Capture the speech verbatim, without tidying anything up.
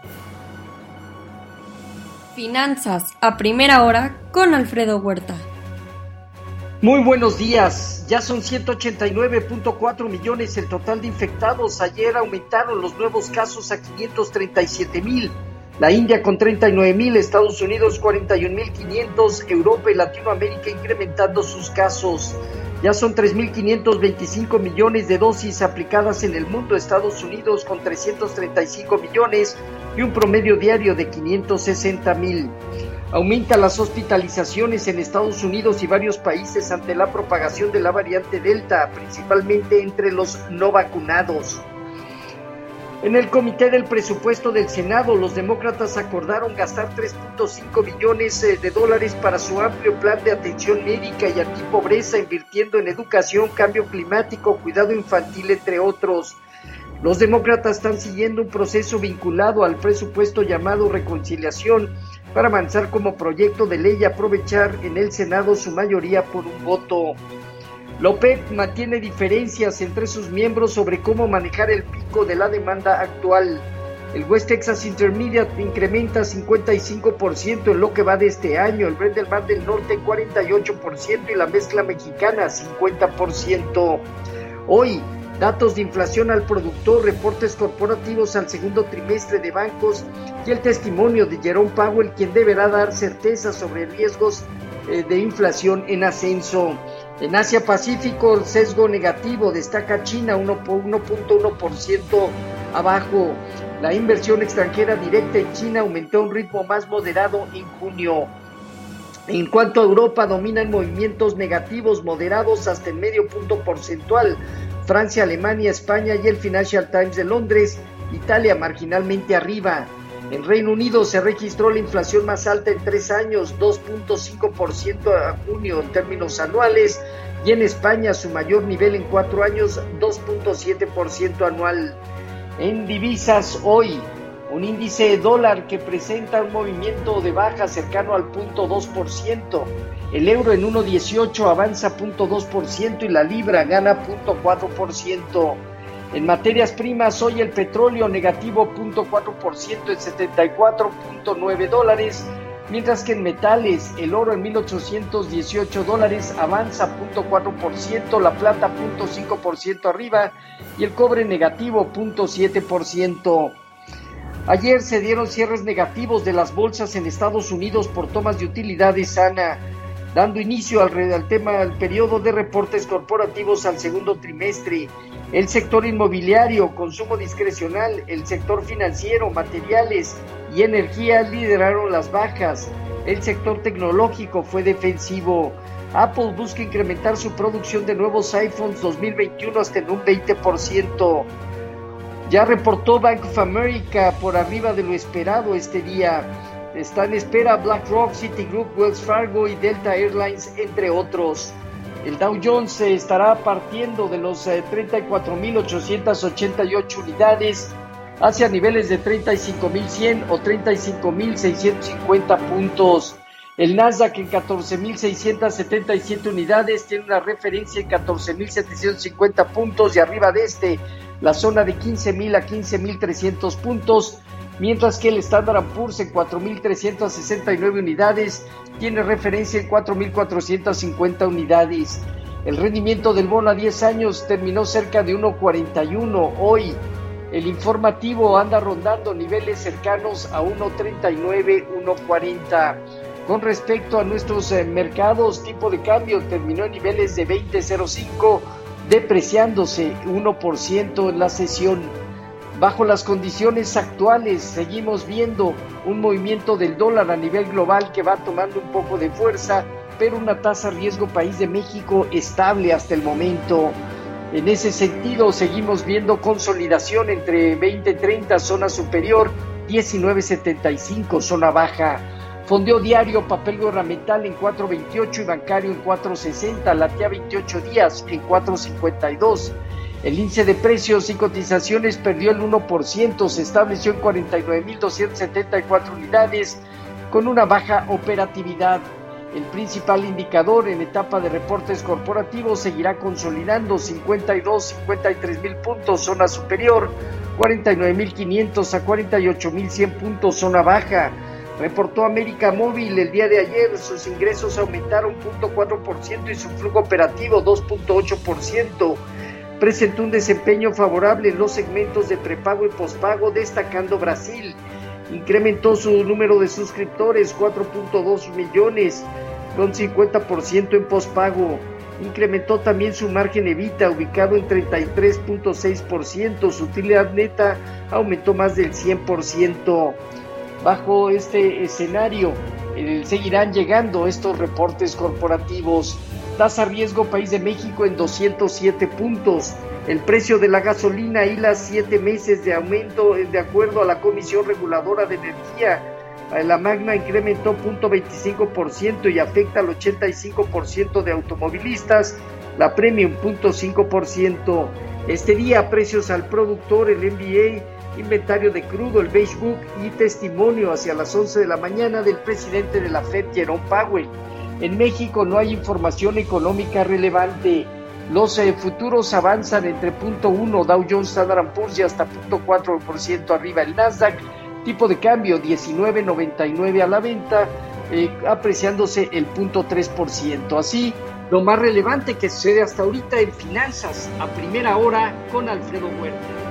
Finanzas a primera hora con Alfredo Huerta. Muy buenos días. Ya son ciento ochenta y nueve punto cuatro millones el total de infectados. Ayer aumentaron los nuevos casos a quinientos treinta y siete mil. La India con treinta y nueve mil, Estados Unidos cuarenta y un mil quinientos, Europa y Latinoamérica incrementando sus casos. Ya son tres mil quinientos veinticinco millones de dosis aplicadas en el mundo. Estados Unidos con trescientos treinta y cinco millones y un promedio diario de quinientos sesenta mil. Aumentan las hospitalizaciones en Estados Unidos y varios países ante la propagación de la variante Delta, principalmente entre los no vacunados. En el Comité del Presupuesto del Senado, los demócratas acordaron gastar tres punto cinco billones de dólares para su amplio plan de atención médica y antipobreza, invirtiendo en educación, cambio climático, cuidado infantil, entre otros. Los demócratas están siguiendo un proceso vinculado al presupuesto llamado reconciliación para avanzar como proyecto de ley y aprovechar en el Senado su mayoría por un voto. La OPEP mantiene diferencias entre sus miembros sobre cómo manejar el pico de la demanda actual. El West Texas Intermediate incrementa cincuenta y cinco por ciento en lo que va de este año, el Brent del Mar del Norte cuarenta y ocho por ciento y la mezcla mexicana cincuenta por ciento. Hoy, datos de inflación al productor, reportes corporativos al segundo trimestre de bancos y el testimonio de Jerome Powell, quien deberá dar certeza sobre riesgos eh, de inflación en ascenso. En Asia Pacífico, el sesgo negativo, destaca China uno punto uno por ciento abajo. La inversión extranjera directa en China aumentó a un ritmo más moderado en junio. En cuanto a Europa, dominan movimientos negativos moderados hasta el medio punto porcentual. Francia, Alemania, España y el Financial Times de Londres. Italia marginalmente arriba. En Reino Unido se registró la inflación más alta en tres años, dos punto cinco por ciento a junio en términos anuales, y en España su mayor nivel en cuatro años, dos punto siete por ciento anual. En divisas hoy, un índice de dólar que presenta un movimiento de baja cercano al cero punto dos por ciento. El euro en uno punto dieciocho avanza cero punto dos por ciento y la libra gana cero punto cuatro por ciento. En materias primas, hoy el petróleo negativo cero punto cuatro por ciento en setenta y cuatro punto nueve dólares, mientras que en metales, el oro en mil ochocientos dieciocho dólares avanza cero punto cuatro por ciento, la plata cero punto cinco por ciento arriba y el cobre negativo cero punto siete por ciento. Ayer se dieron cierres negativos de las bolsas en Estados Unidos por tomas de utilidades ANA, dando inicio al, al tema del periodo de reportes corporativos al segundo trimestre. El sector inmobiliario, consumo discrecional, el sector financiero, materiales y energía lideraron las bajas. El sector tecnológico fue defensivo. Apple busca incrementar su producción de nuevos iPhones dos mil veintiuno hasta en un veinte por ciento. Ya reportó Bank of America por arriba de lo esperado este día. Está en espera BlackRock, Citigroup, Wells Fargo y Delta Airlines, entre otros. El Dow Jones eh, estará partiendo de los eh, treinta y cuatro mil ochocientas ochenta y ocho unidades hacia niveles de treinta y cinco mil cien o treinta y cinco mil seiscientos cincuenta puntos. El Nasdaq en catorce mil seiscientas setenta y siete unidades tiene una referencia en catorce mil setecientos cincuenta puntos y arriba de este la zona de quince mil a quince mil trescientos puntos, mientras que el Standard and Poor's en cuatro mil trescientas sesenta y nueve unidades tiene referencia en cuatro mil cuatrocientas cincuenta unidades. El rendimiento del bono a diez años terminó cerca de uno punto cuarenta y uno. Hoy el informativo anda rondando niveles cercanos a uno punto treinta y nueve, uno punto cuarenta. Con respecto a nuestros eh, mercados, tipo de cambio terminó en niveles de veinte punto cero cinco, depreciándose uno por ciento en la sesión. Bajo las condiciones actuales, seguimos viendo un movimiento del dólar a nivel global que va tomando un poco de fuerza, pero una tasa riesgo país de México estable hasta el momento. En ese sentido, seguimos viendo consolidación entre veinte treinta, zona superior, diecinueve setenta y cinco, zona baja. Fondeo diario, papel gubernamental en cuatro veintiocho y bancario en cuatro sesenta, la T A veintiocho días en cuatro cincuenta y dos. El índice de precios y cotizaciones perdió el uno por ciento, se estableció en cuarenta y nueve mil doscientas setenta y cuatro unidades con una baja operatividad. El principal indicador en etapa de reportes corporativos seguirá consolidando cincuenta y dos, cincuenta y tres mil puntos, zona superior, cuarenta y nueve mil quinientos a cuarenta y ocho mil cien puntos, zona baja. Reportó América Móvil el día de ayer, sus ingresos aumentaron cero punto cuatro por ciento y su flujo operativo dos punto ocho por ciento. Presentó un desempeño favorable en los segmentos de prepago y pospago, destacando Brasil. Incrementó su número de suscriptores, cuatro punto dos millones, con cincuenta por ciento en pospago. Incrementó también su margen EBITDA, ubicado en treinta y tres punto seis por ciento. Su utilidad neta aumentó más del cien por ciento. Bajo este escenario, eh, seguirán llegando estos reportes corporativos. Tasa riesgo País de México en doscientos siete puntos. El precio de la gasolina y las siete meses de aumento de acuerdo a la Comisión Reguladora de Energía. La Magna incrementó cero punto veinticinco por ciento y afecta al ochenta y cinco por ciento de automovilistas. La Premium cero punto cinco por ciento. Este día, precios al productor, el M B A, inventario de crudo, el Beige Book y testimonio hacia las once de la mañana del presidente de la Fed, Jerome Powell. En México no hay información económica relevante. Los eh, futuros avanzan entre cero punto uno, Dow Jones, Standard and Poor's y hasta cero punto cuatro por ciento arriba el Nasdaq. Tipo de cambio diecinueve noventa y nueve a la venta, eh, apreciándose el cero punto tres por ciento. Así, lo más relevante que sucede hasta ahorita en finanzas, a primera hora con Alfredo Huerta.